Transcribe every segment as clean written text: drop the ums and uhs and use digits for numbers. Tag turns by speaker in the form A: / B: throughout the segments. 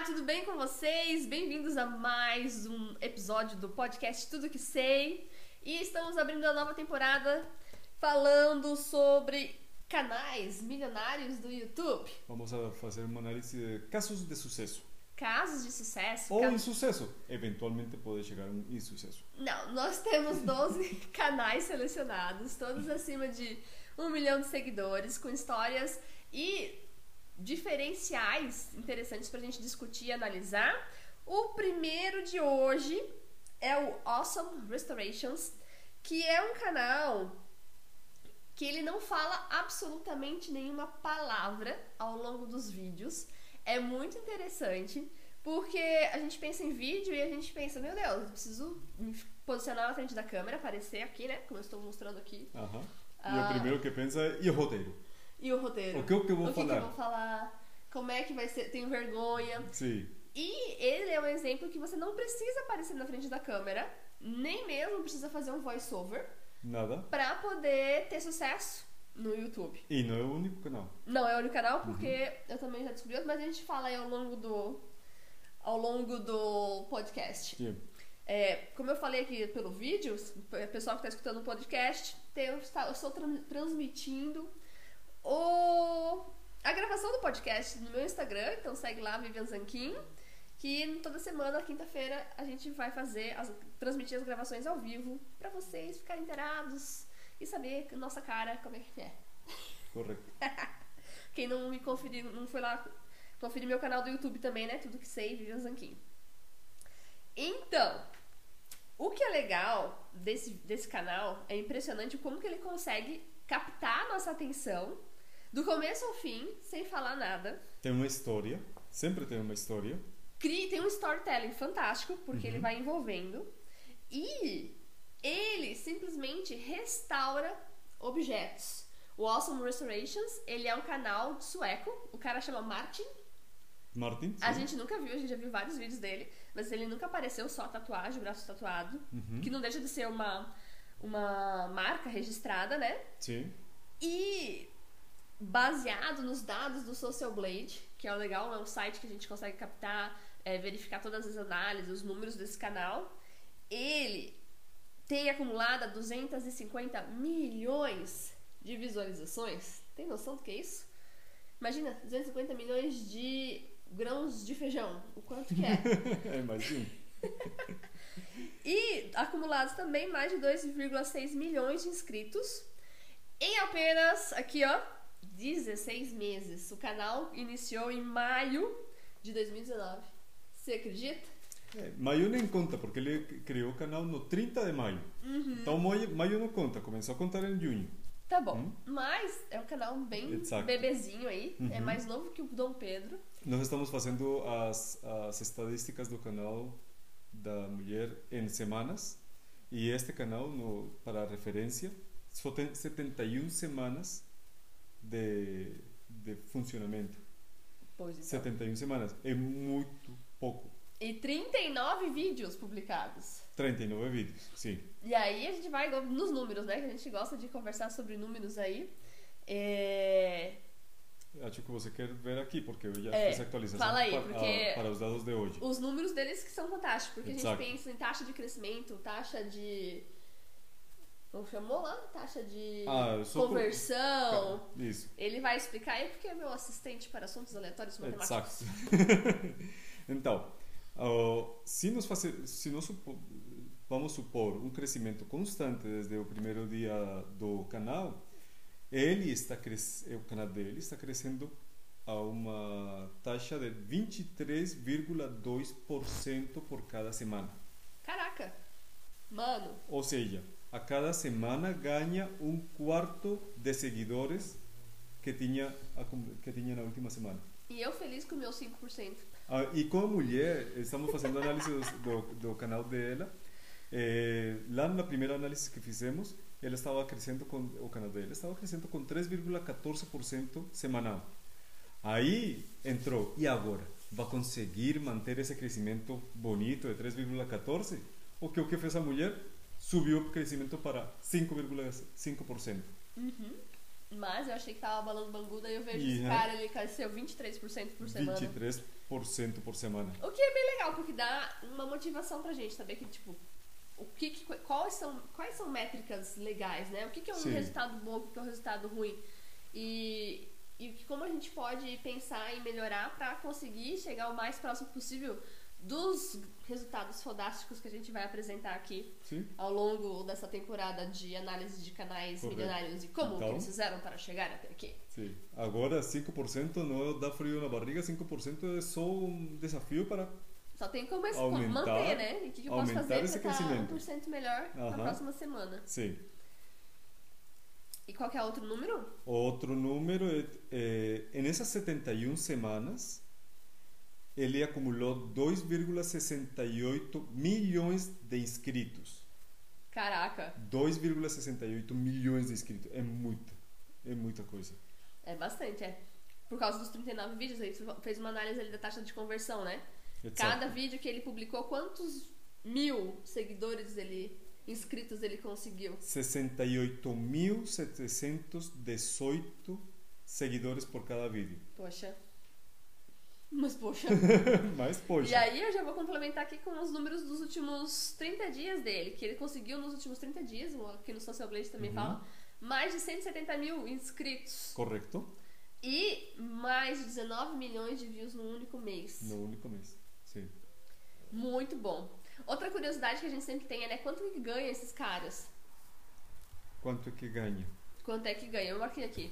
A: tudo bem com vocês? Bem-vindos a mais um episódio do podcast Tudo Que Sei. E estamos abrindo a nova temporada falando sobre canais milionários do YouTube.
B: Vamos a fazer uma análise de casos de sucesso.
A: Casos de sucesso.
B: Ou insucesso. Eventualmente pode chegar a um insucesso.
A: Não, nós temos 12 canais selecionados, todos acima de 1 milhão de seguidores, com histórias e diferenciais interessantes pra gente discutir e analisar. O primeiro de hoje é o Awesome Restorations, que é um canal que ele não fala absolutamente nenhuma palavra ao longo dos vídeos. É muito interessante, porque a gente pensa em vídeo e a gente pensa, meu Deus, eu preciso me posicionar na frente da câmera, aparecer aqui, né, como eu estou mostrando aqui.
B: E o primeiro que pensa é, e o roteiro?
A: E o roteiro?
B: O que eu vou falar?
A: O que eu vou falar? Como é que vai ser? Tenho vergonha.
B: Sim.
A: E ele é um exemplo que você não precisa aparecer na frente da câmera, nem mesmo precisa fazer um voice-over.
B: Nada. Pra
A: poder ter sucesso no YouTube.
B: E não é o único canal.
A: Não é o único canal, porque eu também já descobri outro, mas a gente fala aí ao longo do podcast.
B: Sim.
A: Como eu falei aqui pelo vídeo, o pessoal que está escutando o podcast, eu estou transmitindo a gravação do podcast no meu Instagram, então segue lá, Vivian Zanquin, que toda semana, quinta-feira, a gente vai transmitir as gravações ao vivo para vocês ficarem inteirados e saber nossa cara como é que é.
B: Correto.
A: Quem não me conferiu, não foi lá conferir meu canal do YouTube também, né? Tudo Que Sei, Vivian Zanquin. Então, o que é legal desse canal é impressionante como que ele consegue captar a nossa atenção do começo ao fim, sem falar nada.
B: Tem uma história, sempre tem uma história.
A: Tem um storytelling fantástico, porque ele vai envolvendo. E ele simplesmente restaura objetos. O Awesome Restorations, ele é um canal sueco. O cara chama Martin.
B: Martin, sim.
A: A gente nunca viu, a gente já viu vários vídeos dele, mas ele nunca apareceu só tatuagem, o braço tatuado. Que não deixa de ser uma marca registrada, né?
B: Sim.
A: E baseado nos dados do Social Blade, que é o legal, é um site que a gente consegue captar, verificar todas as análises, os números desse canal. Ele tem acumulado 250 milhões de visualizações. Tem noção do que é isso? Imagina, 250 milhões de grãos de feijão. O quanto que é?
B: É mais de um.
A: E acumulados também mais de 2,6 milhões de inscritos em apenas, aqui ó, 16 meses. O canal iniciou em maio de 2019. Você acredita?
B: Maio nem conta, porque ele criou o canal no 30 de maio. Então maio não conta, começou a contar em junho.
A: Tá bom, mas é um canal bem bebezinho aí, é mais novo que o Dom Pedro.
B: Nós estamos fazendo as estatísticas do canal da mulher em semanas, e este canal, para referência, só tem 71 semanas de funcionamento.
A: Pois então.
B: 71 semanas, é muito pouco.
A: E 39 vídeos publicados.
B: 39 vídeos, sim.
A: E aí a gente vai nos números, né? Que a gente gosta de conversar sobre números aí.
B: Acho que você quer ver aqui, porque eu já fiz a atualização
A: fala aí, porque
B: para os dados de hoje.
A: Os números deles que são fantásticos, porque
B: Exato.
A: a gente pensa em taxa de crescimento, taxa de... Como chamou lá? Taxa de conversão.
B: Isso.
A: Ele vai explicar aí porque é meu assistente para assuntos aleatórios matemáticos.
B: Exato. Então, se nós vamos supor um crescimento constante desde o primeiro dia do canal, o canal dele está crescendo a uma taxa de 23,2% por cada semana.
A: Caraca! Mano!
B: Ou seja, a cada semana ganha um quarto de seguidores que tinha na última semana.
A: E eu feliz com o meu 5%.
B: E com a mulher, estamos fazendo análise do canal dela. Lá na primeira análise que fizemos, o canal dela estava crescendo com 3,14% semanal. Aí entrou, e agora? Vai conseguir manter esse crescimento bonito de 3,14%? O que fez a mulher? Subiu o crescimento para 5,5%.
A: Mas eu achei que tava balando Bangu, daí eu vejo esse
B: Uhum.
A: cara, ele cresceu 23% por semana.
B: 23% por semana.
A: O que é bem legal, porque dá uma motivação pra gente saber que, tipo, quais são métricas legais, né? O que é um
B: Sim.
A: resultado bom, o que é um resultado ruim. E como a gente pode pensar em melhorar pra conseguir chegar o mais próximo possível dos resultados fodásticos que a gente vai apresentar aqui
B: Sim.
A: ao longo dessa temporada de análise de canais
B: Correto.
A: milionários e como que
B: Então,
A: eles fizeram para chegar até aqui.
B: sim. Agora 5% não dá frio na barriga, 5% é só um desafio para
A: Só tem como
B: Aumentar-
A: manter, né? E o que eu posso
B: aumentar
A: fazer
B: esse
A: para estar
B: crescimento.
A: 1% melhor na
B: Aham.
A: próxima semana.
B: sim.
A: E qual que é outro número?
B: Outro número em essas 71 semanas ele acumulou 2,68 milhões de inscritos.
A: Caraca,
B: 2,68 milhões de inscritos. É muita coisa.
A: é bastante, é. Por causa dos 39 vídeos, aí fez uma análise ali da taxa de conversão, né?
B: Exato.
A: Cada vídeo que ele publicou, quantos mil seguidores inscritos ele conseguiu?
B: 68.718 seguidores por cada vídeo.
A: Poxa. Mas poxa.
B: Mas, poxa.
A: E aí eu já vou complementar aqui com os números dos últimos 30 dias dele, que ele conseguiu nos últimos 30 dias, aqui no Social Blade também fala, mais de 170 mil inscritos.
B: Correto?
A: E mais de 19 milhões de views no único mês.
B: No único mês. Sim.
A: Muito bom. Outra curiosidade que a gente sempre tem é, né, quanto que ganha esses caras?
B: Quanto é que ganha?
A: Quanto é que ganha? Eu marquei aqui.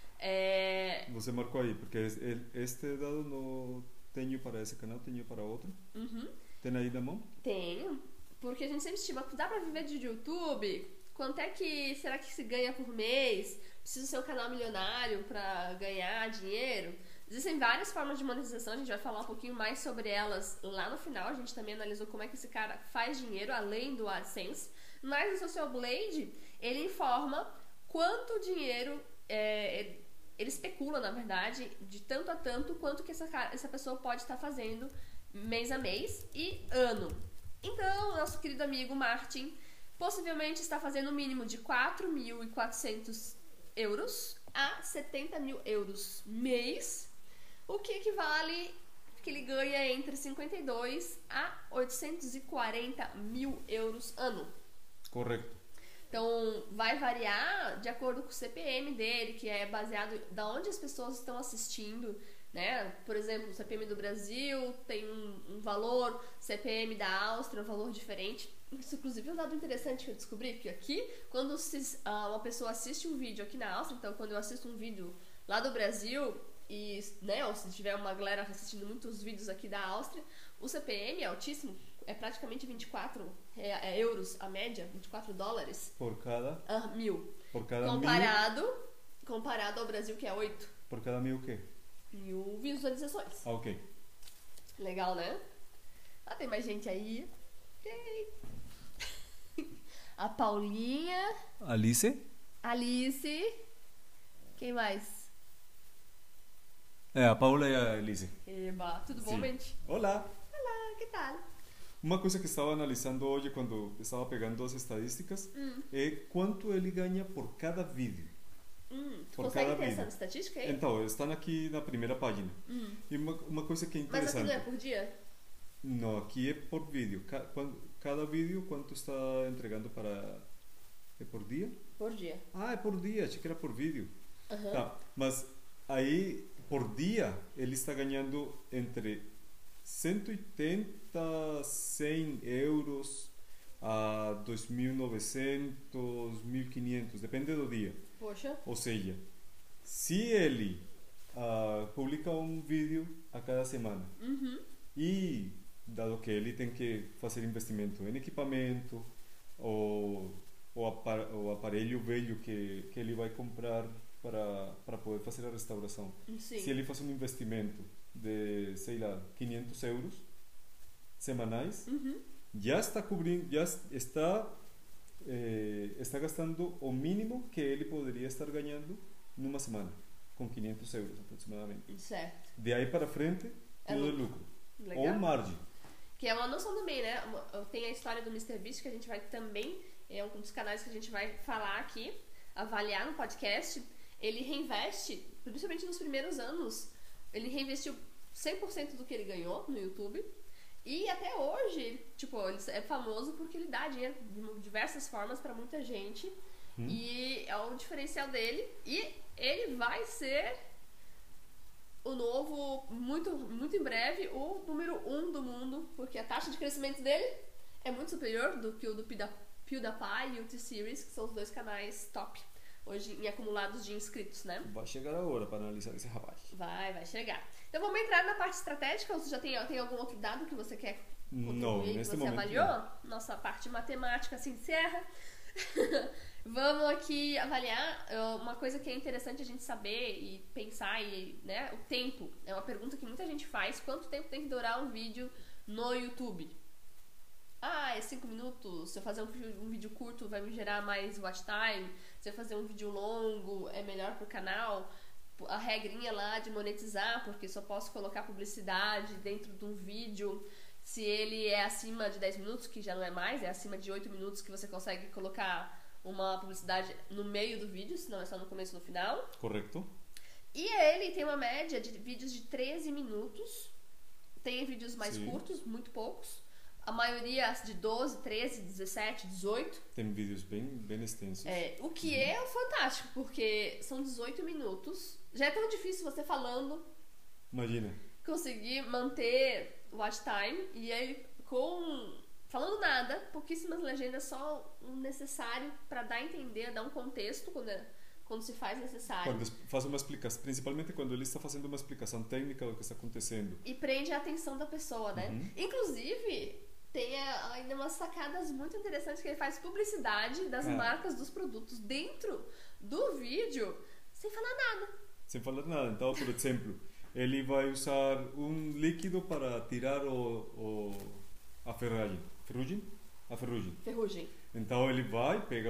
B: Você marcou aí, porque este dado não tenho para esse canal, tenho para outro.
A: Uhum.
B: Tem aí na mão?
A: Tenho, porque a gente sempre estima, dá pra viver de YouTube? Quanto é que, será que se ganha por mês? Precisa ser um canal milionário pra ganhar dinheiro? Existem várias formas de monetização, a gente vai falar um pouquinho mais sobre elas lá no final. A gente também analisou como é que esse cara faz dinheiro além do AdSense. Mas o Social Blade, ele informa quanto dinheiro, ele especula, na verdade, de tanto a tanto, quanto que essa pessoa pode estar fazendo mês a mês e ano. Então, nosso querido amigo Martin possivelmente está fazendo o mínimo de 4.400 euros a 70 mil euros mês, o que equivale que ele ganha entre 52 a 840 mil euros ano.
B: Correto.
A: Então, vai variar de acordo com o CPM dele, que é baseado da onde as pessoas estão assistindo, né? Por exemplo, o CPM do Brasil tem um valor, CPM da Áustria um valor diferente. Isso, inclusive, é um dado interessante que eu descobri, que aqui, quando uma pessoa assiste um vídeo aqui na Áustria, então quando eu assisto um vídeo lá do Brasil, e, né, ou se tiver uma galera assistindo muitos vídeos aqui da Áustria, o CPM é altíssimo, é praticamente 24 euros a média, 24 dólares
B: Por cada
A: mil.
B: Por cada
A: Comparado ao Brasil, que é 8
B: Por cada mil o quê?
A: mil visualizações.
B: Ah, ok.
A: Legal, né? Ah, tem mais gente aí. A Paulinha,
B: Alice?
A: Alice. Quem mais?
B: A Paula e a Alice.
A: Eba, tudo bom,
B: Sim.
A: gente?
B: Olá!
A: Olá, que tal?
B: Uma coisa que estava analisando hoje quando estava pegando as estatísticas é quanto ele ganha por cada vídeo.
A: Tu
B: Por
A: consegue
B: cada
A: ter essa
B: vídeo.
A: estatística aí?
B: Então, estão aqui na primeira página. E uma coisa que é
A: Mas aqui
B: interessante.
A: não é por dia?
B: Não, aqui é por vídeo. Cada vídeo, quanto está entregando para... É por dia?
A: Por dia.
B: Ah, é por dia. Achei que era por vídeo.
A: Aham.
B: Tá, mas aí, por dia, ele está ganhando entre 180, 100 euros a 2.900, 1.500, depende do dia.
A: Poxa.
B: Ou seja, se ele publica um vídeo a cada semana e, dado que ele tem que fazer investimento em equipamento ou o aparelho velho que ele vai comprar para poder fazer a restauração,
A: Sim.
B: se ele faz um investimento de, sei lá, 500 euros semanais, já está cobrindo, já está gastando o mínimo que ele poderia estar ganhando numa semana, com 500 euros aproximadamente.
A: Certo.
B: De aí para frente,
A: É
B: tudo é
A: lucro.
B: lucro.
A: Legal.
B: Ou margem.
A: Que é uma noção também, né? Tem a história do MrBeast, que a gente vai também, é um dos canais que a gente vai falar aqui, avaliar no podcast. ele reinveste, principalmente nos primeiros anos, ele reinvestiu 100% do que ele ganhou no YouTube. E até hoje, ele é famoso porque ele dá dinheiro de diversas formas pra muita gente. E é o diferencial dele. E ele vai ser o novo, muito em breve, o número 1 do mundo, porque a taxa de crescimento dele é muito superior do que o do PewDiePie e o T-Series, que são os 2 canais top hoje em acumulados de inscritos, né?
B: Vai chegar a hora para analisar esse rapaz.
A: Vai chegar. Então vamos entrar na parte estratégica, ou você já tem algum outro dado que você quer contribuir,
B: Não,
A: que
B: neste
A: você
B: momento
A: avaliou?
B: não.
A: Nossa parte matemática se encerra. Vamos aqui avaliar uma coisa que é interessante a gente saber e pensar, né? O tempo. É uma pergunta que muita gente faz. Quanto tempo tem que durar um vídeo no YouTube? É 5 minutos. Se eu fazer um vídeo curto vai me gerar mais watch time. Se eu fazer um vídeo longo é melhor pro canal. A regrinha lá de monetizar, porque só posso colocar publicidade dentro de um vídeo se ele é acima de 10 minutos, que já não é mais, é acima de 8 minutos que você consegue colocar uma publicidade no meio do vídeo, senão é só no começo e no final.
B: Correto.
A: E ele tem uma média de vídeos de 13 minutos. Tem vídeos mais curtos, muito poucos. A maioria de 12, 13, 17, 18.
B: Tem vídeos bem extensos.
A: O que é fantástico, porque são 18 minutos. Já é tão difícil você falando.
B: Imagina.
A: Conseguir manter o watch time. E aí, falando nada, pouquíssimas legendas, só o necessário para dar a entender, dar um contexto quando se faz necessário.
B: Quando faz uma explicação, principalmente quando ele está fazendo uma explicação técnica do que está acontecendo.
A: E prende a atenção da pessoa, né? Inclusive, tem ainda umas sacadas muito interessantes que ele faz publicidade das marcas dos produtos dentro do vídeo, sem falar nada.
B: Sem falar nada. Então, por exemplo, ele vai usar um líquido para tirar a ferrugem. A ferrugem. Então ele vai, pega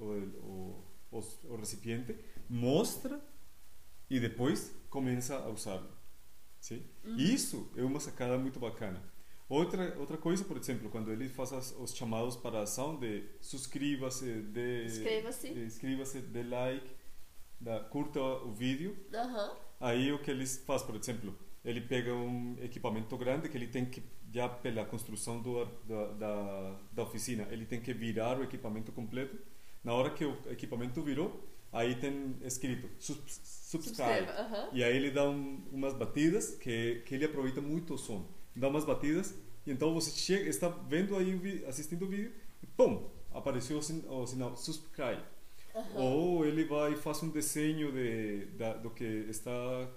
B: o recipiente, mostra e depois começa a usá-lo. Sim? Isso é uma sacada muito bacana. Outra coisa, por exemplo, quando ele faz os chamados para a ação de inscreva-se, dê like, curta o vídeo. Aí o que ele faz, por exemplo, ele pega um equipamento grande que ele tem que, já pela construção da oficina, ele tem que virar o equipamento completo. Na hora que o equipamento virou, aí tem escrito subscribe. E aí ele dá umas batidas que ele aproveita muito o som. Dá umas batidas e então você está vendo aí, assistindo o vídeo e pum, apareceu o sinal subscribe. Ou ele vai e faz um desenho do que está,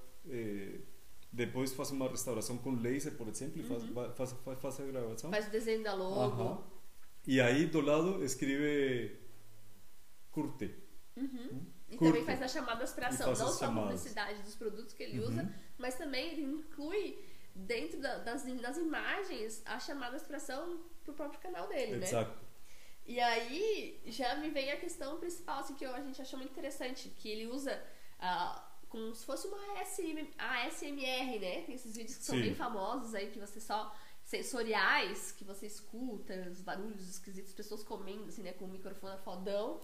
B: depois faz uma restauração com laser, por exemplo, e faz a gravação.
A: Faz o desenho da logo.
B: E aí do lado escreve curte.
A: E também faz as chamadas para ação, não só a publicidade dos produtos que ele usa, mas também ele inclui dentro das imagens as chamadas para ação pro próprio canal dele,
B: Exato.
A: né? E aí já me vem a questão principal, assim, que a gente achou muito interessante, que ele usa como se fosse uma ASMR, né? Tem esses vídeos que são bem famosos aí, que você só sensoriais, que você escuta os barulhos esquisitos, pessoas comendo, assim, né? Com o microfone fodão.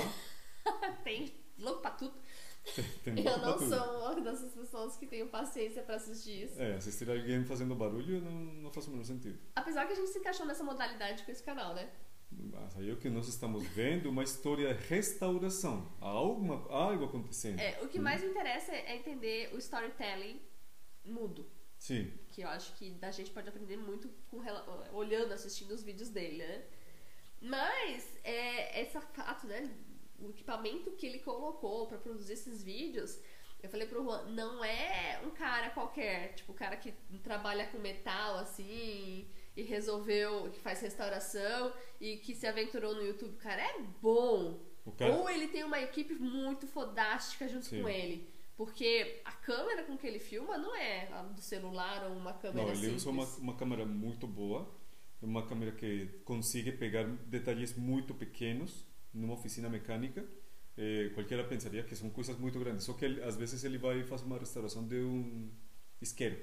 A: Tem louco pra tudo. Eu não sou uma dessas pessoas que tenho paciência pra assistir isso.
B: Assistir alguém fazendo barulho não faz o menor sentido.
A: Apesar que a gente se encaixou nessa modalidade com esse canal, né?
B: Mas aí o que nós estamos vendo uma história de restauração. Há algo acontecendo.
A: O que mais me interessa é entender o storytelling mudo.
B: Sim.
A: Que eu acho que a gente pode aprender muito olhando, assistindo os vídeos dele, né? Mas esse fato, né? O equipamento que ele colocou pra produzir esses vídeos, eu falei pro Juan, não é um cara qualquer, tipo, o cara que trabalha com metal, assim, e resolveu, que faz restauração e que se aventurou no YouTube. O cara é bom. Ou ele tem uma equipe muito fodástica junto com ele. Porque a câmera com que ele filma não é a do celular ou uma câmera simples.
B: Ele usa uma câmera muito boa, uma câmera que consegue pegar detalhes muito pequenos numa oficina mecânica. Qualquer pensaria que são coisas muito grandes, só que às vezes ele vai e faz uma restauração de um isqueiro.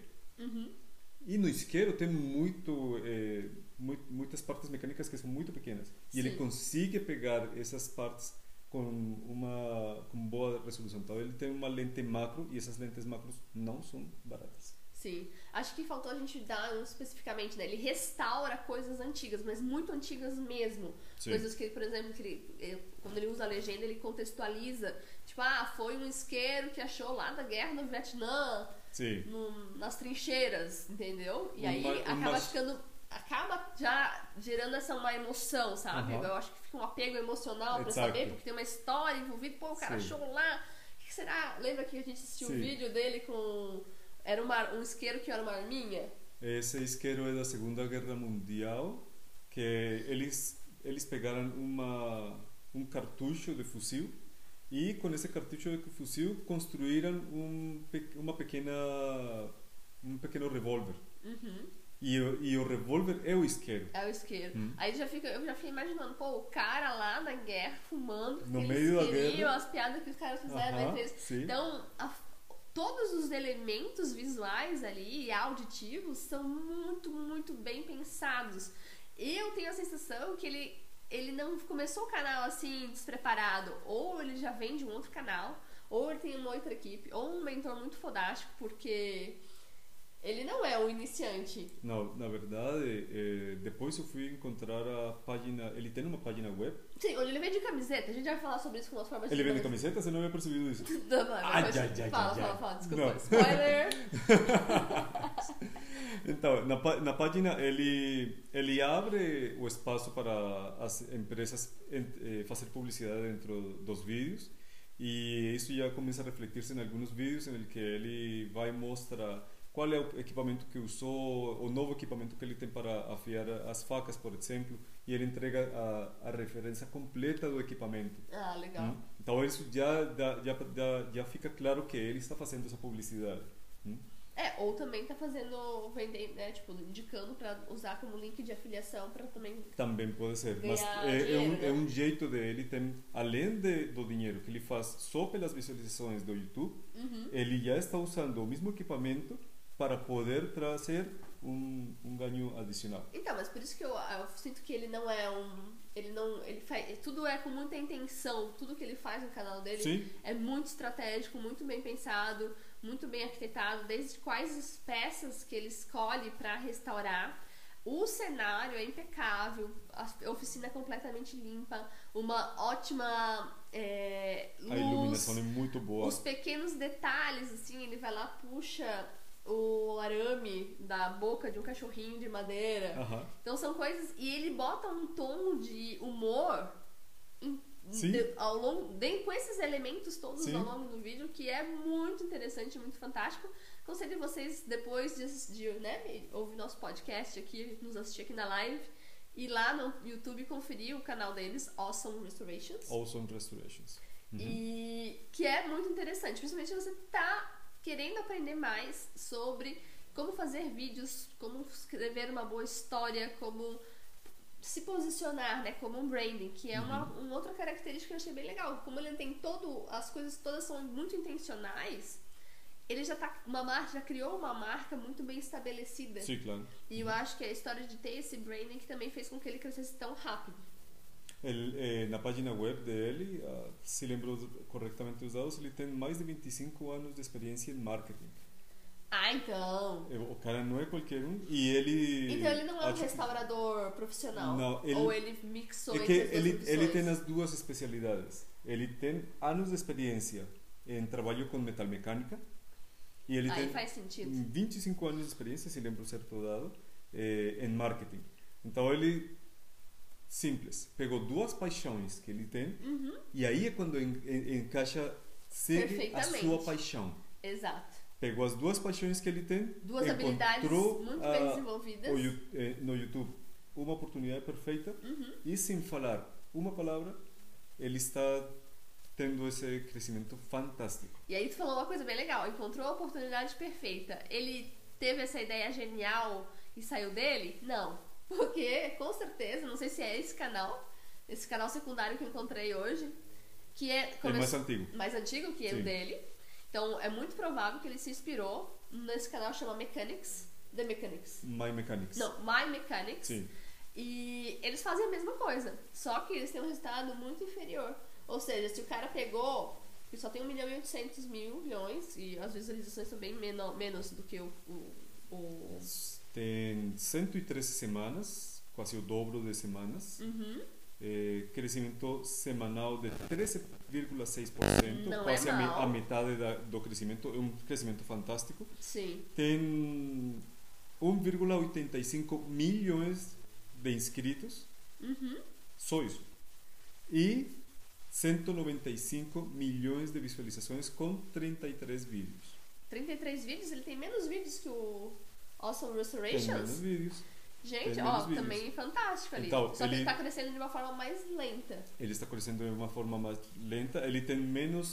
B: E no isqueiro tem muitas partes mecânicas que são muito pequenas. E ele consegue pegar essas partes com boa resolução. Então ele tem uma lente macro e essas lentes macros não são baratas.
A: Sim, acho que faltou a gente dar especificamente, né? Ele restaura coisas antigas, mas muito antigas mesmo.
B: Sim.
A: Coisas que, por exemplo, quando ele usa a legenda, ele contextualiza. Tipo, foi um isqueiro que achou lá da guerra no Vietnã,
B: Sim.
A: nas trincheiras, entendeu? E aí acaba já gerando uma emoção, sabe? Eu acho que fica um apego emocional pra saber, porque tem uma história envolvida. Pô, o cara achou lá. O que será? Lembra que a gente assistiu o vídeo dele com... Era um isqueiro que era uma arminha?
B: Esse isqueiro é da Segunda Guerra Mundial, que eles pegaram um cartucho de fuzil e com esse cartucho de fuzil construíram um pequeno revólver. E o revólver é o isqueiro.
A: É o isqueiro. Aí eu já fiquei imaginando, pô, o cara lá na guerra fumando,
B: no meio da guerra,
A: as piadas que os caras fizeram entre eles. Então, todos os elementos visuais ali e auditivos são muito, muito bem pensados. Eu tenho a sensação que ele não começou o canal assim despreparado, ou ele já vem de um outro canal, ou ele tem uma outra equipe, ou um mentor muito fodástico, porque ele não é um iniciante.
B: Não, na verdade, depois eu fui encontrar a página. Ele tem uma página web.
A: Sim, onde ele vem de camiseta. A gente vai falar sobre isso com umas formas.
B: Ele vem de camiseta? Você não havia percebido isso?
A: Não, fala, desculpa. Não. Spoiler!
B: Então, na página ele abre o espaço para as empresas fazer publicidade dentro dos vídeos, e isso já começa a refletir-se em alguns vídeos em que ele vai mostrar qual é o equipamento que usou, o novo equipamento que ele tem para afiar as facas, por exemplo, e ele entrega a referência completa do equipamento.
A: Ah, legal.
B: Então isso já fica claro que ele está fazendo essa publicidade.
A: Ou também está vendendo, né, tipo, indicando para usar como link de afiliação para também...
B: Também pode ser, mas
A: dinheiro,
B: é um jeito dele, além do dinheiro que ele faz só pelas visualizações do YouTube, ele já está usando o mesmo equipamento para poder trazer um ganho adicional.
A: Então, mas por isso que eu sinto que ele não é ele faz, tudo é com muita intenção, tudo que ele faz no canal dele.
B: Sim.
A: É muito estratégico, muito bem pensado, muito bem arquitetado, desde quais as peças que ele escolhe para restaurar. O cenário é impecável, a oficina é completamente limpa, uma ótima luz.
B: A iluminação é muito boa.
A: Os pequenos detalhes, assim, ele vai lá, puxa o arame da boca de um cachorrinho de madeira. Então são coisas... E ele bota um tom de humor com esses elementos todos ao longo do vídeo, que é muito interessante, muito fantástico. Aconselho vocês, depois de ouvir nosso podcast aqui, nos assistir aqui na live, ir lá no YouTube conferir o canal deles, Awesome Restorations. E que é muito interessante, principalmente se você tá querendo aprender mais sobre como fazer vídeos, como escrever uma boa história, como se posicionar, né, como um branding, que é uma outra característica que eu achei bem legal. Como ele tem as coisas todas são muito intencionais, ele já criou uma marca muito bem estabelecida.
B: Sim, claro.
A: E eu acho que a história de ter esse branding que também fez com que ele crescesse tão rápido.
B: Na página web dele, se lembro corretamente os dados, ele tem mais de 25 anos de experiência em marketing.
A: Então...
B: O cara não é qualquer um. E ele...
A: Então ele não é um restaurador profissional?
B: Não,
A: ou ele mixou
B: entre as duas profissões? Ele tem as duas especialidades. Ele tem anos de experiência em trabalho com metalmecânica. E ele tem
A: faz sentido.
B: 25 anos de experiência, se lembro certo dado, em marketing. Então ele... Simples. Pegou duas paixões que ele tem e aí é quando encaixa a sua paixão.
A: Exato.
B: Pegou as duas paixões que ele tem,
A: duas habilidades muito bem desenvolvidas
B: no YouTube, uma oportunidade perfeita e sem falar uma palavra, ele está tendo esse crescimento fantástico.
A: E aí tu falou uma coisa bem legal, encontrou a oportunidade perfeita. Ele teve essa ideia genial e saiu dele? Não. Porque, com certeza, não sei se é esse canal secundário que eu encontrei hoje, que é mais antigo que o dele. Então, é muito provável que ele se inspirou nesse canal que chama Mechanics, The Mechanics.
B: My Mechanics.
A: Não, My Mechanics.
B: Sim.
A: E eles fazem a mesma coisa, só que eles têm um resultado muito inferior. Ou seja, se o cara pegou, que só tem 1.800.000.000, e as visualizações são bem menos do que o...
B: Tem 113 semanas, quase o dobro de semanas. Crescimento semanal de 13,6%,
A: Não
B: quase
A: é mal.
B: a metade do crescimento, é um crescimento fantástico.
A: Sim.
B: Tem 1,85 milhões de inscritos, só isso. E 195 milhões de visualizações com 33 vídeos.
A: 33 vídeos? Ele tem menos vídeos que o Awesome
B: Tem
A: Restorations?
B: menos vídeos.
A: Gente,
B: Tem
A: ó,
B: menos vídeos.
A: também fantástico ali.
B: Então,
A: Só que ele
B: ele
A: tá crescendo de uma forma mais lenta.
B: Ele está crescendo de uma forma mais lenta. Ele tem menos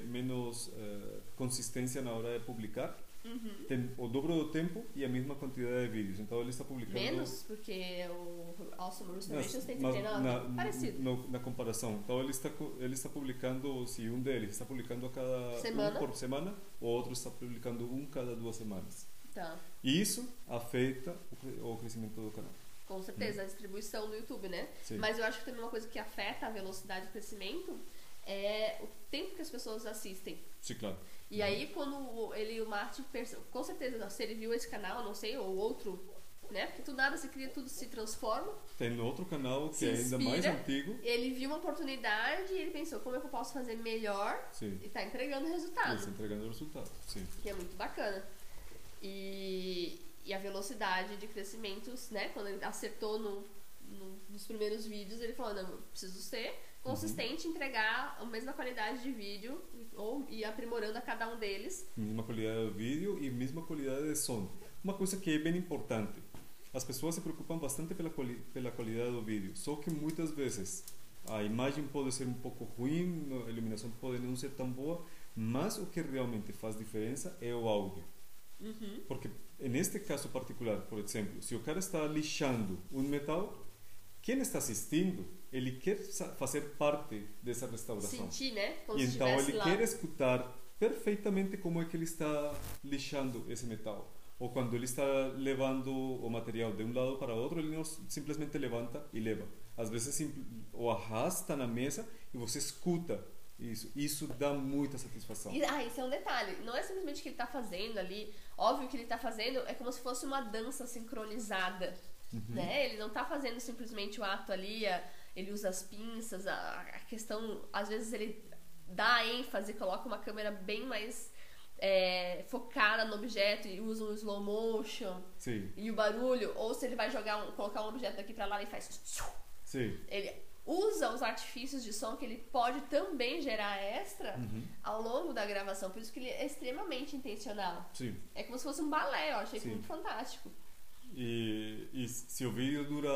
B: consistência na hora de publicar. Tem o dobro do tempo e a mesma quantidade de vídeos. Então ele está publicando...
A: Menos, porque o Awesome Restorations tem
B: mas
A: 39. Parecido.
B: na comparação. Então ele está publicando, se um deles está publicando a cada
A: Semana.
B: um por semana, o outro está publicando um cada 2 semanas.
A: Tá.
B: E isso afeta o crescimento do canal.
A: Com certeza, a distribuição do YouTube, né?
B: Sim.
A: Mas eu acho que também uma coisa que afeta a velocidade de crescimento é o tempo que as pessoas assistem.
B: Sim, claro.
A: E aí, quando o Martin, com certeza, se ele viu esse canal, não sei, ou outro, né? Porque tudo nada se cria, tudo se transforma.
B: Tem outro canal que
A: Se
B: é ainda mais
A: inspira.
B: antigo.
A: Ele viu uma oportunidade e ele pensou, como é que eu posso fazer melhor?
B: Sim.
A: E tá entregando
B: Ele
A: resultado.
B: está entregando o resultado. Sim.
A: Que é muito bacana. E a velocidade de crescimentos, né? Quando ele acertou nos primeiros vídeos, ele falou, não, eu preciso ser consistente, entregar a mesma qualidade de vídeo ou ir aprimorando a cada um deles.
B: Mesma qualidade do vídeo e mesma qualidade de som. Uma coisa que é bem importante. As pessoas se preocupam bastante pela qualidade do vídeo, só que muitas vezes a imagem pode ser um pouco ruim, a iluminação pode não ser tão boa, mas o que realmente faz diferença é o áudio. Porque neste caso particular, por exemplo, se o cara está lixando um metal, quem está assistindo, ele quer fazer parte dessa restauração.
A: Sentir, né? Como
B: E
A: se
B: então
A: estivesse
B: ele
A: lá.
B: quer escutar perfeitamente como é que ele está lixando esse metal. Ou quando ele está levando o material de um lado para outro, ele não simplesmente levanta e leva. Às vezes o arrasta na mesa e você escuta isso. Isso dá muita satisfação.
A: Isso é um detalhe. Não é simplesmente o que ele está fazendo ali. Óbvio que ele está fazendo é como se fosse uma dança sincronizada. Né? Ele não está fazendo simplesmente o ato ali, ele usa as pinças, a questão, às vezes ele dá ênfase, coloca uma câmera bem mais focada no objeto e usa um slow motion.
B: Sim.
A: E o barulho, ou se ele vai colocar um objeto daqui pra lá e faz...
B: Sim.
A: Ele usa os artifícios de som que ele pode também gerar extra ao longo da gravação, por isso que ele é extremamente intencional.
B: Sim.
A: É como se fosse um balé, eu achei
B: Sim.
A: muito fantástico.
B: E se o vídeo dura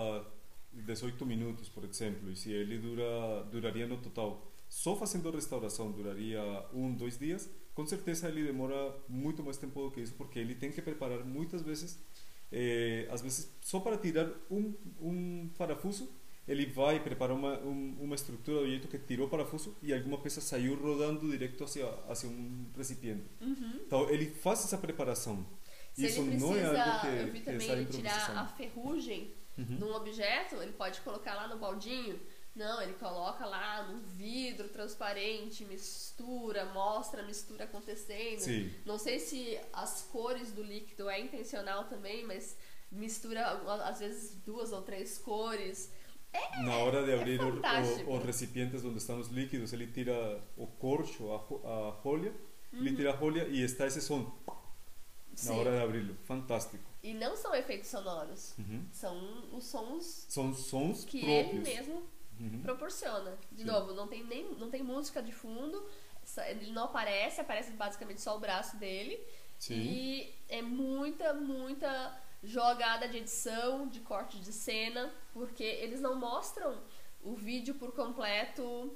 B: 18 minutos, por exemplo, e se ele duraria no total, só fazendo restauração, duraria 2 dias, com certeza ele demora muito mais tempo do que isso, porque ele tem que preparar muitas vezes, às vezes só para tirar um parafuso, ele vai preparar uma estrutura do jeito que tirou o parafuso e alguma peça saiu rodando direto hacia um recipiente. Então ele faz essa preparação.
A: Se
B: Isso
A: ele
B: não é algo
A: precisa, eu vi
B: que
A: também
B: sai
A: ele tirar a
B: improvisação.
A: ferrugem de um objeto, ele pode colocar lá no baldinho. Não, ele coloca lá no vidro transparente, mistura, mostra a mistura acontecendo.
B: Sim.
A: Não sei se as cores do líquido é intencional também, mas mistura às vezes 2 ou 3 cores.
B: Na hora de abrir
A: fantástico.
B: os recipientes onde estão os líquidos, ele tira o corcho, a rolha, ele tira a rolha e está esse som na
A: Sim.
B: hora de abri-lo. Fantástico.
A: E não são efeitos sonoros, são os sons
B: São sons
A: que
B: próprios.
A: ele mesmo proporciona. De
B: Sim.
A: novo, não tem música de fundo, ele não aparece basicamente só o braço dele.
B: Sim.
A: E é muita jogada de edição, de corte de cena, porque eles não mostram o vídeo por completo,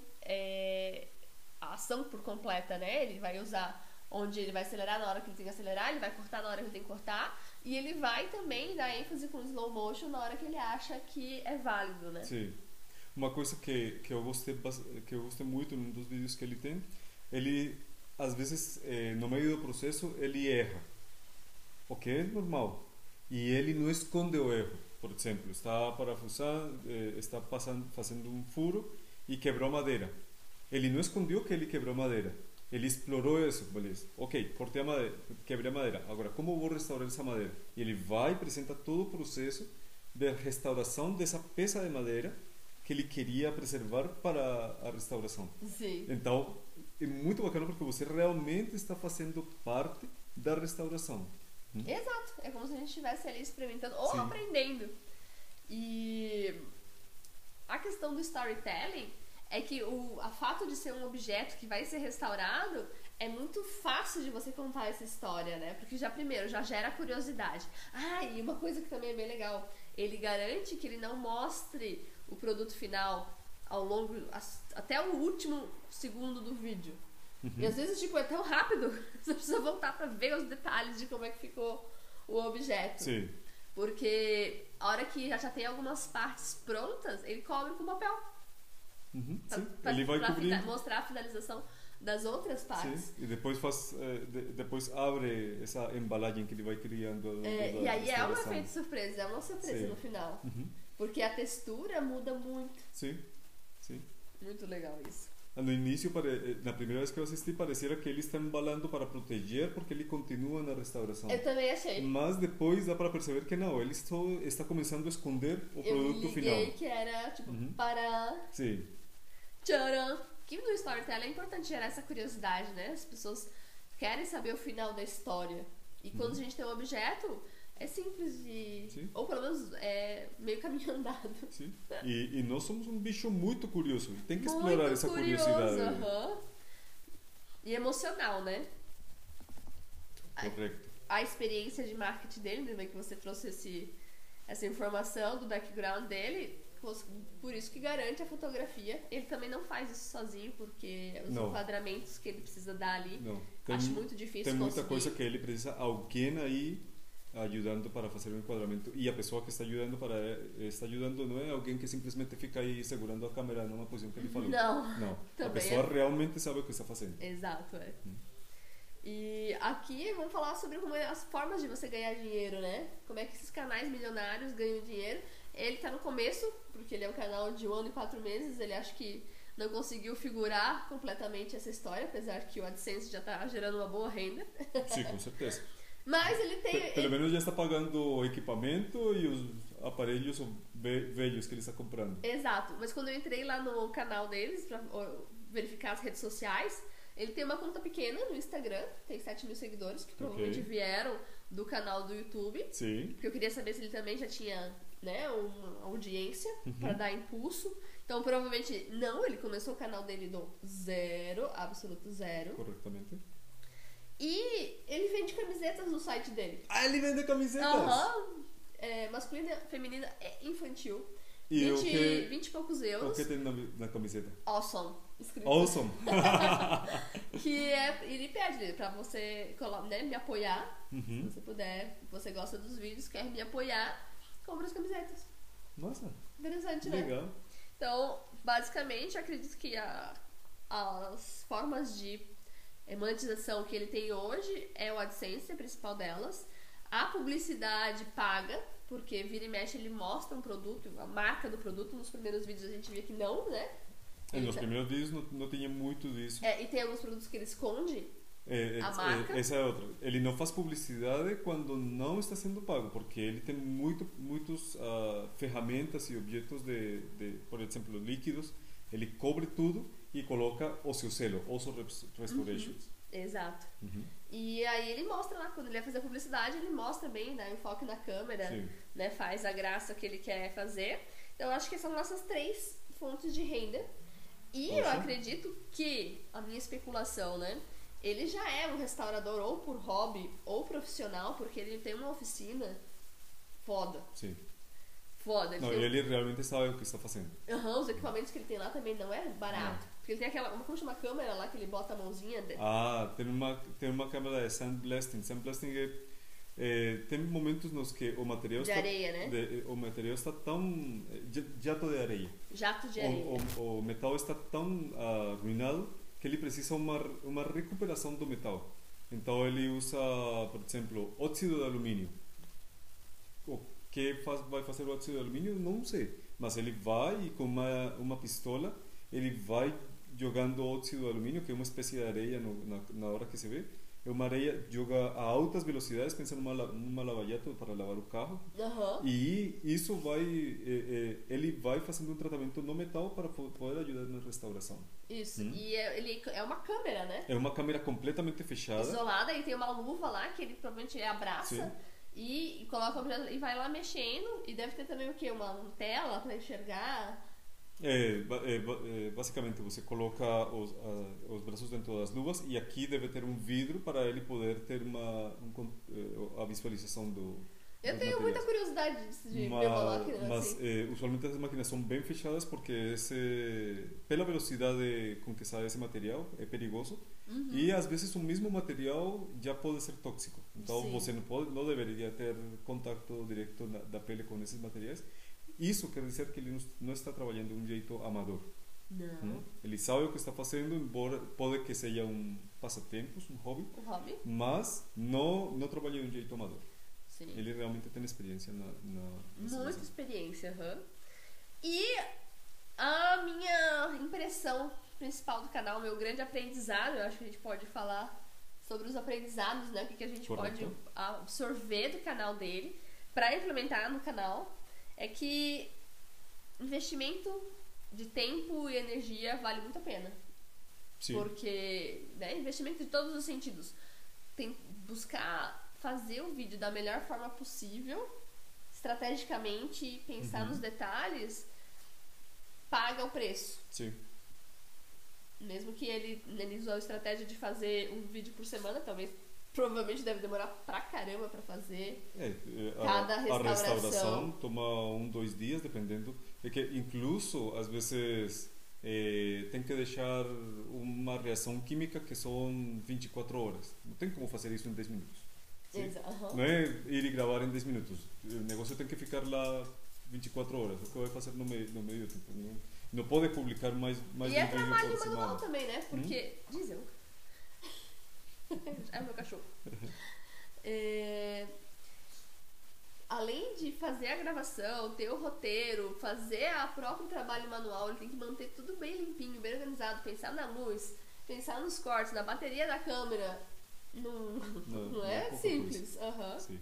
A: a ação por completa, né? Ele vai usar onde ele vai acelerar na hora que ele tem que acelerar, ele vai cortar na hora que ele tem que cortar, e ele vai também dar ênfase com slow motion na hora que ele acha que é válido, né?
B: Sim. Uma coisa que eu gostei muito num dos vídeos que ele tem, ele às vezes no meio do processo ele erra, o que é normal, e ele não esconde o erro. Por exemplo, está parafusando, está fazendo um furo e quebrou madeira. Ele não escondeu que ele quebrou madeira. Ele explorou isso, beleza. Ok, cortei a madeira, quebrei a madeira. Agora, como eu vou restaurar essa madeira? E ele vai e apresenta todo o processo de restauração dessa peça de madeira que ele queria preservar para a restauração.
A: Sim.
B: Então, é muito bacana porque você realmente está fazendo parte da restauração.
A: Exato. É como se a gente estivesse ali experimentando ou
B: Sim.
A: aprendendo. E a questão do storytelling é que a fato de ser um objeto que vai ser restaurado é muito fácil de você contar essa história, né? Porque primeiro já gera curiosidade. Ah, e uma coisa que também é bem legal, ele garante que ele não mostre o produto final ao longo até o último segundo do vídeo. E às vezes tipo é tão rápido, você precisa voltar para ver os detalhes de como é que ficou o objeto.
B: Sim.
A: Porque a hora que já tem algumas partes prontas, ele cobre com papel.
B: Sim.
A: Pra
B: Ele vai cobrir.
A: mostrar a finalização das outras partes.
B: Sim. E depois depois abre essa embalagem que ele vai criando. ao longo
A: E
B: da
A: aí é um
B: restauração.
A: efeito surpresa, é uma surpresa
B: Sim.
A: no final. Porque a textura muda muito.
B: Sim. Sim.
A: Muito legal isso.
B: No início, na primeira vez que eu assisti, parecia que ele está embalando para proteger, porque ele continua na restauração.
A: Eu também achei.
B: Mas depois dá para perceber que não, ele só está começando a esconder o produto
A: Eu
B: final.
A: liguei que era tipo, para...
B: Sim.
A: Tcharam! Que no storytelling é importante gerar essa curiosidade, né? As pessoas querem saber o final da história. E quando a gente tem um objeto, é simples de...
B: Sim.
A: Ou pelo menos é meio caminho andado.
B: Sim. E nós somos um bicho muito curioso. Tem que
A: Muito
B: explorar essa
A: curioso,
B: curiosidade.
A: E emocional, né?
B: Correto.
A: A experiência de marketing dele, né, que você trouxe essa informação do background dele, por isso que garante a fotografia. Ele também não faz isso sozinho, porque os enquadramentos que ele precisa dar ali,
B: Não.
A: acho muito difícil
B: Tem muita
A: conseguir.
B: coisa que ele precisa alguém aí ajudando para fazer o enquadramento, e a pessoa que está ajudando não é alguém que simplesmente fica aí segurando a câmera numa posição que ele falou.
A: Não.
B: A
A: Também
B: pessoa realmente sabe o que está fazendo.
A: Exato, é. E aqui vamos falar sobre as formas de você ganhar dinheiro, né? Como é que esses canais milionários ganham dinheiro. Ele tá no começo, porque ele é um canal de 1 ano e 4 meses, ele acha que não conseguiu figurar completamente essa história, apesar que o AdSense já tá gerando uma boa renda.
B: Sim, com certeza.
A: Mas ele tem...
B: Pelo menos já está pagando o equipamento e os aparelhos velhos que ele está comprando.
A: Exato, mas quando eu entrei lá no canal deles pra verificar as redes sociais, ele tem uma conta pequena no Instagram, tem 7 mil seguidores, que provavelmente vieram do canal do YouTube.
B: Sim.
A: Porque eu queria saber se ele também já tinha, né, uma audiência para dar impulso. Então, provavelmente não, ele começou o canal dele do zero, absoluto zero.
B: Corretamente.
A: E ele vende camisetas no site dele.
B: Ah, ele vende camisetas?
A: Masculina, feminina e infantil.
B: E
A: 20 e poucos euros.
B: O que tem na camiseta?
A: Awesome. Escrito.
B: Awesome.
A: Que ele pede pra você, né, me apoiar. Se você puder, você gosta dos vídeos, quer me apoiar, compra as camisetas.
B: Nossa.
A: Interessante, né?
B: Legal.
A: Então, basicamente, acredito que as formas de monetização que ele tem hoje é o AdSense, a principal delas. A publicidade paga, porque vira e mexe ele mostra um produto, a marca do produto. Nos primeiros vídeos a gente via que não, né?
B: Nos primeiros vídeos não tinha muito disso.
A: E tem alguns produtos que ele esconde a marca.
B: Essa é outra. Ele não faz publicidade quando não está sendo pago, porque ele tem muitos ferramentas e objetos por exemplo, líquidos. Ele cobre tudo e coloca o seu selo, Also Restorations.
A: Exato. E aí ele mostra lá, quando ele vai fazer a publicidade, ele mostra bem, né, o enfoque na câmera, né, faz a graça que ele quer fazer. Então eu acho que são nossas 3 fontes de renda. E eu acredito que, a minha especulação, né, ele já é um restaurador ou por hobby ou profissional, porque ele tem uma oficina foda.
B: Sim.
A: Foda.
B: Ele realmente sabe o que está fazendo.
A: Os equipamentos que ele tem lá também não é barato. Porque ele tem aquela, como chama, câmera lá que ele bota a mãozinha.
B: Tem uma câmera de sandblasting. Sandblasting tem momentos nos que o material
A: de areia, né?
B: O material está tão jato de areia.
A: Jato de areia.
B: O metal está tão arruinado que ele precisa uma recuperação do metal. Então ele usa, por exemplo, óxido de alumínio. O que vai fazer o óxido de alumínio? Não sei. Mas ele vai e com uma pistola ele vai jogando óxido de alumínio, que é uma espécie de areia na hora que se vê. É uma areia joga a altas velocidades, pensa numa lava-jato para lavar o carro. E isso ele vai fazendo um tratamento no metal para poder ajudar na restauração.
A: Isso, e ele é uma câmera, né?
B: É uma câmera completamente fechada.
A: Isolada, e tem uma luva lá que ele provavelmente abraça e coloca o objeto e vai lá mexendo. E deve ter também o quê? Uma tela para enxergar.
B: Basicamente você coloca os braços dentro das luvas e aqui deve ter um vidro para ele poder ter a visualização do.
A: Eu tenho muita curiosidade de ver uma máquina
B: mas
A: assim.
B: usualmente as máquinas são bem fechadas porque pela velocidade com que sai esse material é perigoso e às vezes o mesmo material já pode ser tóxico. Então você não deveria ter contato direto da pele com esses materiais. Isso quer dizer que ele não está trabalhando de um jeito amador.
A: Não.
B: Ele sabe o que está fazendo, embora pode que seja um passatempo, um hobby, mas não trabalha de um jeito amador.
A: Sim.
B: Ele realmente tem experiência
A: Muita experiência. E a minha impressão principal do canal, meu grande aprendizado, eu acho que a gente pode falar sobre os aprendizados, né? O que a gente pode absorver do canal dele para implementar no canal. É que investimento de tempo e energia vale muito a pena.
B: Sim.
A: Porque, né, investimento de todos os sentidos. Tem buscar fazer o vídeo da melhor forma possível, estrategicamente, pensar nos detalhes, paga o preço.
B: Sim.
A: Mesmo que ele usou a estratégia de fazer um vídeo por semana, provavelmente deve demorar pra caramba pra fazer cada restauração.
B: A restauração toma 1-2 dias, dependendo. É que incluso, às vezes, tem que deixar uma reação química que são 24 horas. Não tem como fazer isso em 10 minutos. Não é ir e gravar em 10 minutos. O negócio tem que ficar lá 24 horas. O que vai fazer no meio tempo? Não pode publicar mais de um vídeo por semana.
A: E é trabalho manual também, né? Porque, diz eu... É o meu cachorro. Além de fazer a gravação, ter o roteiro, fazer o próprio trabalho manual, ele tem que manter tudo bem limpinho, bem organizado, pensar na luz, pensar nos cortes, na bateria da câmera. Não é simples.
B: Sim.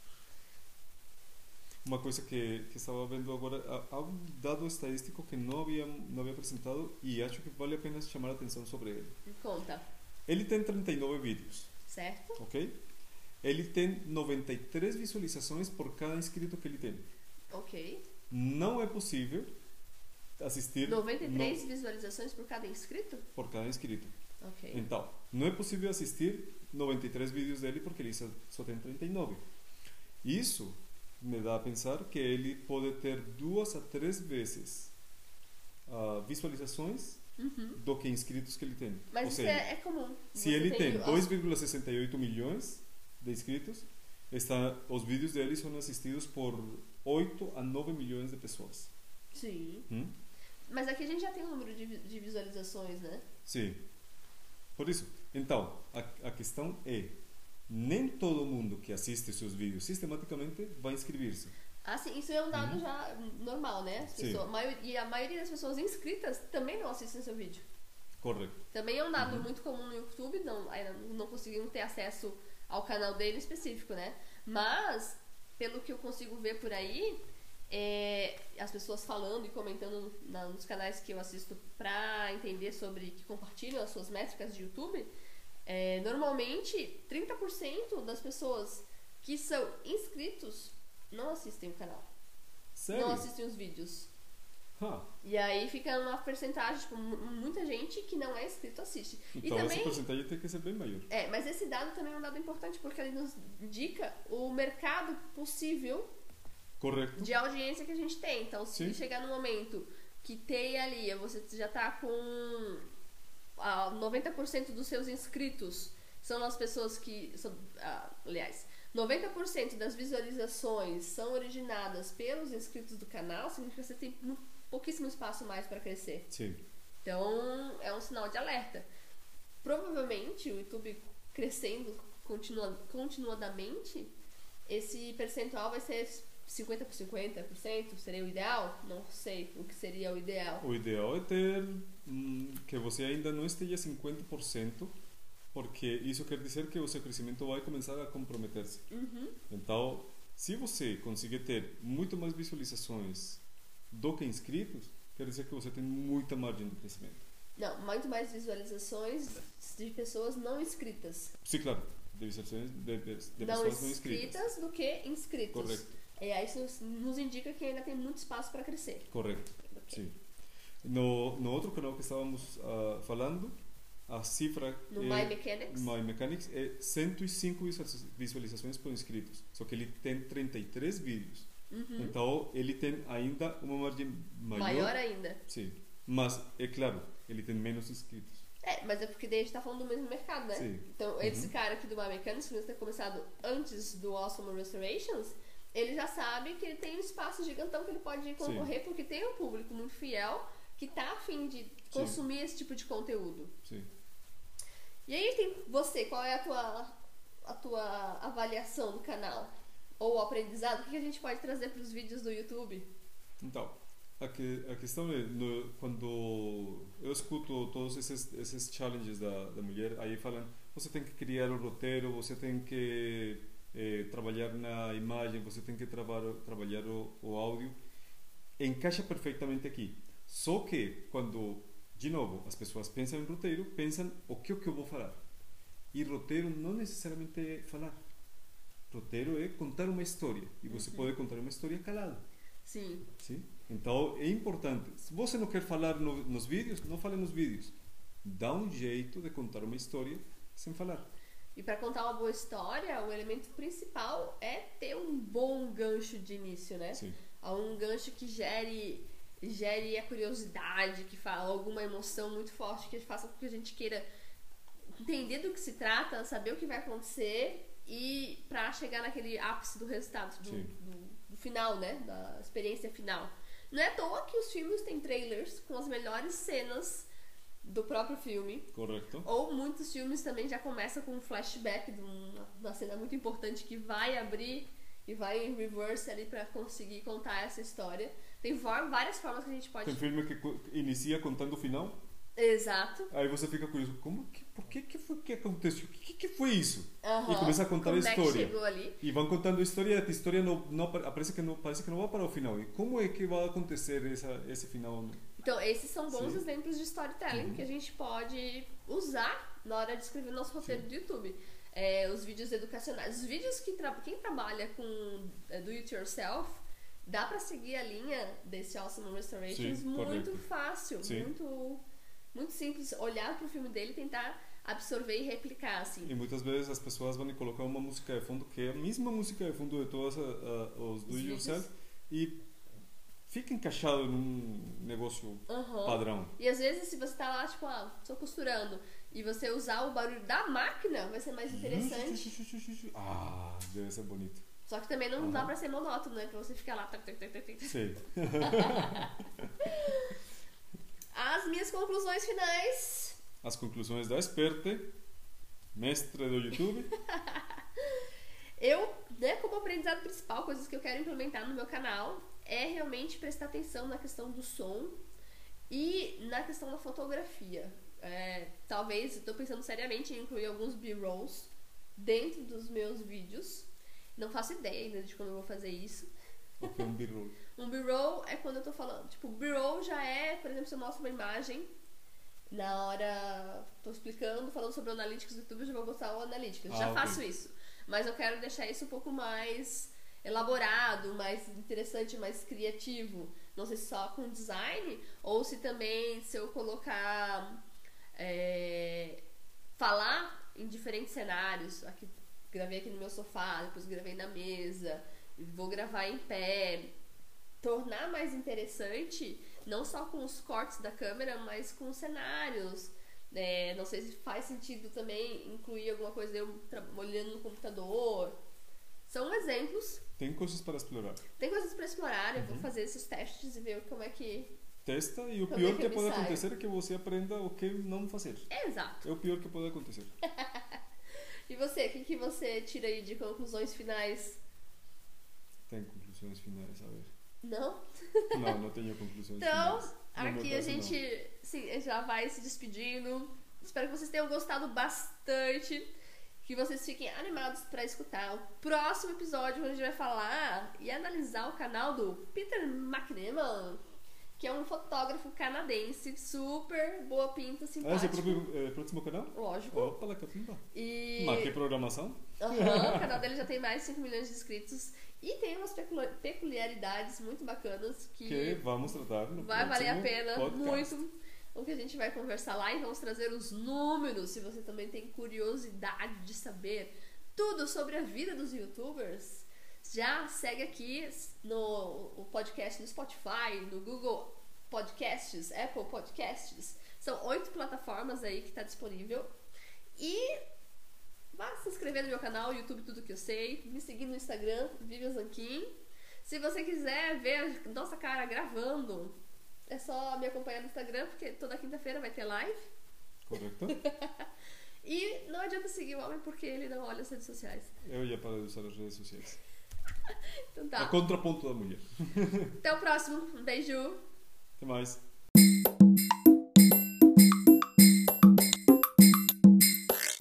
B: Uma coisa que estava vendo agora, há um dado estadístico que não havia apresentado e acho que vale a pena chamar a atenção sobre ele.
A: Conta.
B: Ele tem 39 vídeos.
A: Certo.
B: Ok? Ele tem 93 visualizações por cada inscrito que ele tem.
A: Ok.
B: Não é possível assistir...
A: 93 visualizações por cada inscrito?
B: Por cada inscrito.
A: Ok.
B: Então, não é possível assistir 93 vídeos dele porque ele só tem 39. Isso me dá a pensar que ele pode ter 2 a 3 vezes visualizações do que inscritos que ele tem.
A: Mas isso é comum.
B: Se ele tem 2,68 milhões de inscritos, os vídeos dele são assistidos por 8 a 9 milhões de pessoas.
A: Sim. Mas aqui a gente já tem um número de visualizações, né?
B: Sim. Por isso. Então, a questão é, nem todo mundo que assiste seus vídeos sistematicamente vai inscrever-se.
A: Sim, isso é um dado já normal, né? E a maioria das pessoas inscritas também não assistem seu vídeo.
B: Correto. Também
A: é um dado muito comum no YouTube, não conseguiram ter acesso ao canal dele específico, né? Mas, pelo que eu consigo ver por aí, as pessoas falando e comentando nos canais que eu assisto pra entender sobre, que compartilham as suas métricas de YouTube, normalmente 30% das pessoas que são inscritos não assistem o canal.
B: Sério?
A: Não assistem os vídeos. E aí fica uma porcentagem, tipo, muita gente que não é inscrito assiste.
B: Então
A: e também,
B: essa porcentagem tem que ser bem maior.
A: Mas esse dado também é um dado importante, porque ele nos indica o mercado possível de audiência que a gente tem. Então, se chegar no momento que tem ali, você já tá com 90% dos seus inscritos são as pessoas que... aliás, 90% das visualizações são originadas pelos inscritos do canal, significa que você tem pouquíssimo espaço mais para crescer.
B: Sim.
A: Então, é um sinal de alerta. Provavelmente, o YouTube crescendo continuadamente, esse percentual vai ser 50 por 50% seria o ideal? Não sei o que seria o ideal.
B: O ideal é ter que você ainda não esteja 50%, porque isso quer dizer que o seu crescimento vai começar a comprometer-se. Então, se você conseguir ter muito mais visualizações do que inscritos, quer dizer que você tem muita margem de crescimento.
A: Não, muito mais visualizações de pessoas não inscritas.
B: Sim, claro. De visualizações de
A: Não
B: pessoas não inscritas.
A: inscritas do que inscritos.
B: Correto.
A: E aí isso nos indica que ainda tem muito espaço para crescer.
B: Correto.
A: Ok.
B: Sim. No outro canal que estávamos falando, a cifra
A: No My Mechanics.
B: My Mechanics é 105 visualizações por inscritos. Só que ele tem 33 vídeos. Então, ele tem ainda uma margem
A: Maior ainda.
B: Sim. Mas, é claro, ele tem menos inscritos.
A: Mas é porque daí a gente tá falando do mesmo mercado, né?
B: Sim.
A: Então, esse cara aqui do My Mechanics, que mesmo ter começado antes do Awesome Restorations, ele já sabe que ele tem um espaço gigantão que ele pode concorrer, porque tem um público muito fiel que tá afim de consumir esse tipo de conteúdo.
B: Sim.
A: E aí tem você, qual é a tua avaliação do canal? Ou o aprendizado? O que a gente pode trazer para os vídeos do YouTube?
B: Então, a questão é, quando eu escuto todos esses challenges da mulher, aí falam, você tem que criar o roteiro, você tem que trabalhar na imagem, você tem que trabalhar o áudio, encaixa perfeitamente aqui. Só que quando, de novo, as pessoas pensam em roteiro, pensam o que eu vou falar. E roteiro não necessariamente é falar. Roteiro é contar uma história. E você pode contar uma história calado.
A: Sim.
B: Sim? Então é importante. Se você não quer falar nos vídeos, não fale nos vídeos. Dá um jeito de contar uma história sem falar.
A: E para contar uma boa história, o elemento principal é ter um bom gancho de início, né?
B: Sim.
A: Um gancho que gere a curiosidade, que fala alguma emoção muito forte, que faça com que a gente queira entender do que se trata, saber o que vai acontecer e para chegar naquele ápice do resultado, do final, né? Da experiência final. Não é à toa que os filmes têm trailers com as melhores cenas do próprio filme.
B: Correto.
A: Ou muitos filmes também já começam com um flashback de uma cena muito importante que vai abrir e vai em reverse ali pra conseguir contar essa história. Tem várias formas que a gente pode...
B: Tem filme que inicia contando o final.
A: Exato.
B: Aí você fica curioso, por que foi que aconteceu? O que foi isso?
A: Uhum.
B: E começa a contar
A: Como
B: a história.
A: É que chegou ali?
B: E vão contando a história não parece que não vai para o final. E como é que vai acontecer esse final?
A: Então, esses são bons exemplos de storytelling que a gente pode usar na hora de escrever nosso roteiro do YouTube. Os vídeos educacionais. Os vídeos que quem trabalha com do it yourself, dá pra seguir a linha desse Awesome Restorations muito fácil, muito simples. Olhar pro filme dele e tentar absorver e replicar, assim.
B: E muitas vezes as pessoas vão colocar uma música de fundo que é a mesma música de fundo de todos os do it yourself e fica encaixado num negócio padrão.
A: E às vezes, se você tá lá, tipo, tô costurando, e você usar o barulho da máquina, vai ser mais interessante.
B: Deve ser bonito.
A: Só que também não dá pra ser monótono, né? Pra você ficar lá.
B: Sim.
A: As minhas conclusões finais.
B: As conclusões da Experte, mestre do YouTube.
A: Eu, como aprendizado principal, coisas que eu quero implementar no meu canal, é realmente prestar atenção na questão do som e na questão da fotografia. Talvez, estou pensando seriamente em incluir alguns B-rolls dentro dos meus vídeos. Não faço ideia ainda de como eu vou fazer isso.
B: O que é um B-roll?
A: Um B-roll é quando eu tô falando... Tipo, B-roll já é, por exemplo, se eu mostro uma imagem, na hora tô explicando, falando sobre o Analytics do YouTube, eu já vou botar o Analytics. Já faço isso. Mas eu quero deixar isso um pouco mais elaborado, mais interessante, mais criativo. Não sei se só com design, ou se também, se eu colocar... falar em diferentes cenários. Aqui, gravei aqui no meu sofá, depois gravei na mesa, vou gravar em pé, tornar mais interessante, não só com os cortes da câmera, mas com os cenários. Não sei se faz sentido também incluir alguma coisa eu olhando no computador. São exemplos.
B: Tem coisas para explorar.
A: Eu vou fazer esses testes e ver como é que...
B: Testa, e o pior que pode acontecer é que você aprenda o que não fazer.
A: Exato.
B: É o pior que pode acontecer.
A: E você, o que você tira aí de conclusões finais?
B: Tem conclusões conclusões finais, a ver.
A: Não?
B: Não tenho conclusões
A: Então,
B: finais.
A: aqui a gente já vai se despedindo. Espero que vocês tenham gostado bastante. Que vocês fiquem animados para escutar o próximo episódio, onde a gente vai falar e analisar o canal do Peter McNamara, que é um fotógrafo canadense, super boa pinta, simpático.
B: Esse é o próximo canal?
A: Lógico.
B: Opa, lá que pinta.
A: E...
B: Mas que programação?
A: O canal dele já tem mais de 5 milhões de inscritos e tem umas peculiaridades muito bacanas que
B: vamos tratar no
A: vai valer a pena
B: podcast.
A: muito o que a gente vai conversar lá, e vamos trazer os números, se você também tem curiosidade de saber tudo sobre a vida dos youtubers. Já segue aqui no podcast no Spotify, no Google Podcasts, Apple Podcasts. São 8 plataformas aí que está disponível. E vá se inscrever no meu canal, YouTube Tudo Que Eu Sei. Me seguir no Instagram, Vivian Zanquim. Se você quiser ver a nossa cara gravando, é só me acompanhar no Instagram, porque toda quinta-feira vai ter live.
B: Correto.
A: E não adianta seguir o homem, porque ele não olha as redes sociais.
B: Eu ia parar de usar as redes sociais.
A: Então tá.
B: A contraponto da mulher.
A: Até o próximo. Um beijo.
B: Até mais.